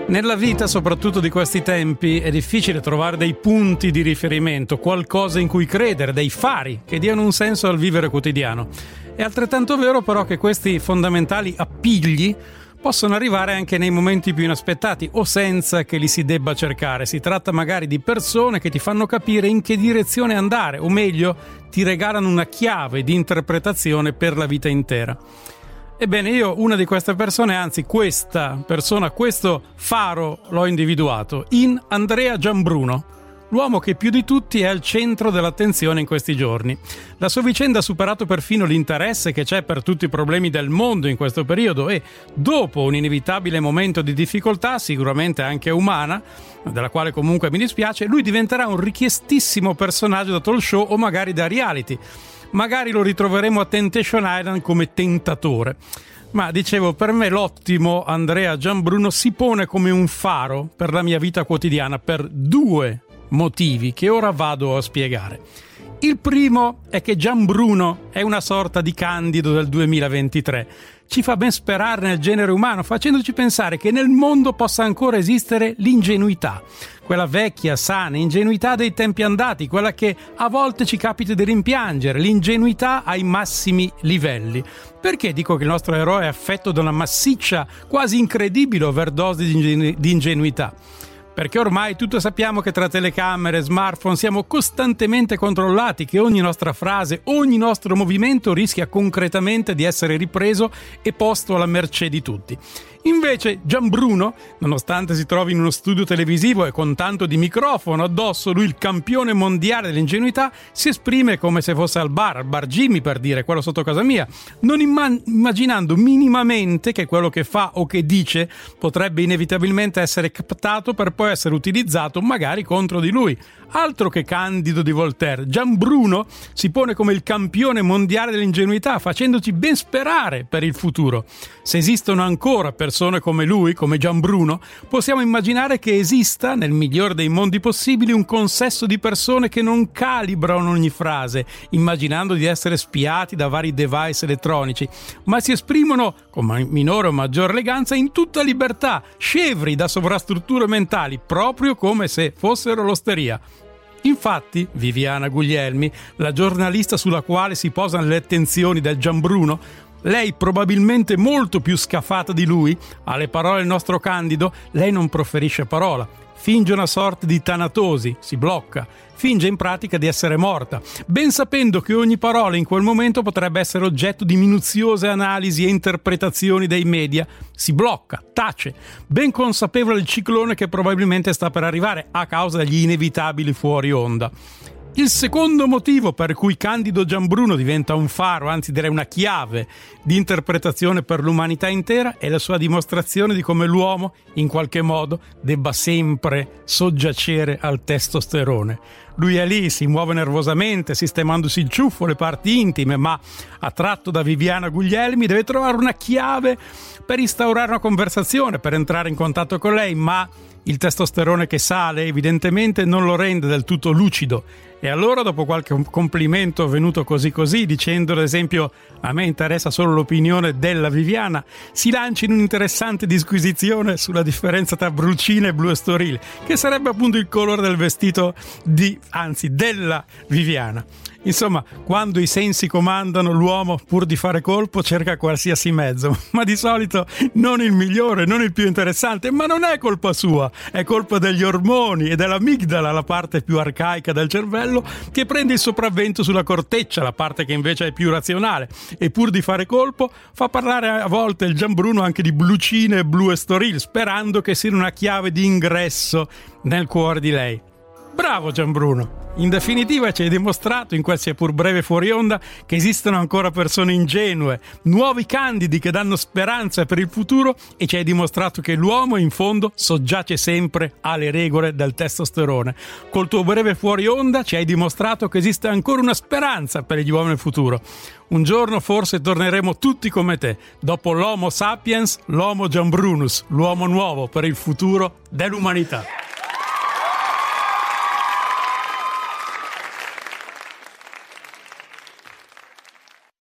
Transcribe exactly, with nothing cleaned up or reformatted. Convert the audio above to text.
Nella vita, soprattutto di questi tempi, è difficile trovare dei punti di riferimento, qualcosa in cui credere, dei fari che diano un senso al vivere quotidiano. È altrettanto vero però che questi fondamentali appigli possono arrivare anche nei momenti più inaspettati o senza che li si debba cercare. Si tratta magari di persone che ti fanno capire in che direzione andare, o meglio, ti regalano una chiave di interpretazione per la vita intera. Ebbene, io una di queste persone, anzi questa persona, questo faro l'ho individuato in Andrea Gianbruno, l'uomo che più di tutti è al centro dell'attenzione in questi giorni. La sua vicenda ha superato perfino l'interesse che c'è per tutti i problemi del mondo in questo periodo e, dopo un inevitabile momento di difficoltà, sicuramente anche umana, della quale comunque mi dispiace, lui diventerà un richiestissimo personaggio da talk show o magari da reality. Magari lo ritroveremo a Temptation Island come tentatore. Ma dicevo, per me l'ottimo Andrea Gianbruno si pone come un faro per la mia vita quotidiana per due motivi che ora vado a spiegare. Il primo è che Gianbruno è una sorta di Candido del duemilaventitré. Ci fa ben sperare nel genere umano, facendoci pensare che nel mondo possa ancora esistere l'ingenuità, quella vecchia, sana ingenuità dei tempi andati, quella che a volte ci capita di rimpiangere, l'ingenuità ai massimi livelli. Perché dico che il nostro eroe è affetto da una massiccia, quasi incredibile overdose di, ingenu- di ingenuità? Perché ormai tutti sappiamo che tra telecamere e smartphone siamo costantemente controllati, che ogni nostra frase, ogni nostro movimento rischia concretamente di essere ripreso e posto alla mercé di tutti. Invece Gianbruno, nonostante si trovi in uno studio televisivo e con tanto di microfono addosso, lui il campione mondiale dell'ingenuità, si esprime come se fosse al bar, al bar Jimmy per dire, quello sotto casa mia, non imma- immaginando minimamente che quello che fa o che dice potrebbe inevitabilmente essere captato per poi essere utilizzato magari contro di lui. Altro che Candido di Voltaire, Gianbruno si pone come il campione mondiale dell'ingenuità, facendoci ben sperare per il futuro. Se esistono ancora persone come lui, come Gianbruno, possiamo immaginare che esista, nel migliore dei mondi possibili, un consesso di persone che non calibrano ogni frase, immaginando di essere spiati da vari device elettronici, ma si esprimono con minore o maggiore eleganza in tutta libertà, scevri da sovrastrutture mentali, proprio come se fossero l'osteria. Infatti, Viviana Guglielmi, la giornalista sulla quale si posano le attenzioni del Gianbruno, lei probabilmente molto più scafata di lui, alle parole del nostro Candido, lei non proferisce parola, finge una sorta di tanatosi, si blocca, finge in pratica di essere morta, ben sapendo che ogni parola in quel momento potrebbe essere oggetto di minuziose analisi e interpretazioni dei media, si blocca, tace, ben consapevole del ciclone che probabilmente sta per arrivare a causa degli inevitabili fuori onda. Il secondo motivo per cui Candido Gianbruno diventa un faro, anzi direi una chiave di interpretazione per l'umanità intera, è la sua dimostrazione di come l'uomo, in qualche modo, debba sempre soggiacere al testosterone. Lui è lì, si muove nervosamente, sistemandosi il ciuffo, le parti intime, ma attratto da Viviana Guglielmi deve trovare una chiave per instaurare una conversazione, per entrare in contatto con lei, ma il testosterone che sale evidentemente non lo rende del tutto lucido. E allora, dopo qualche complimento venuto così così, dicendo ad esempio a me interessa solo l'opinione della Viviana, si lancia in un'interessante disquisizione sulla differenza tra Brucina e Blue Estoril, che sarebbe appunto il colore del vestito di, anzi della Viviana. Insomma, quando i sensi comandano, l'uomo, pur di fare colpo, cerca qualsiasi mezzo, ma di solito non il migliore, non il più interessante, ma non è colpa sua, è colpa degli ormoni e dell'amigdala, la parte più arcaica del cervello, che prende il sopravvento sulla corteccia, la parte che invece è più razionale, e pur di fare colpo fa parlare a volte il Gianbruno anche di Blucine e Blue Estoril, sperando che sia una chiave di ingresso nel cuore di lei. Bravo Gianbruno! In definitiva ci hai dimostrato, in quel sia pur breve fuori onda, che esistono ancora persone ingenue, nuovi candidi che danno speranza per il futuro, e ci hai dimostrato che l'uomo in fondo soggiace sempre alle regole del testosterone. Col tuo breve fuori onda ci hai dimostrato che esiste ancora una speranza per gli uomini del futuro. Un giorno forse torneremo tutti come te, dopo l'Homo sapiens, l'Homo Gianbrunus, l'uomo nuovo per il futuro dell'umanità.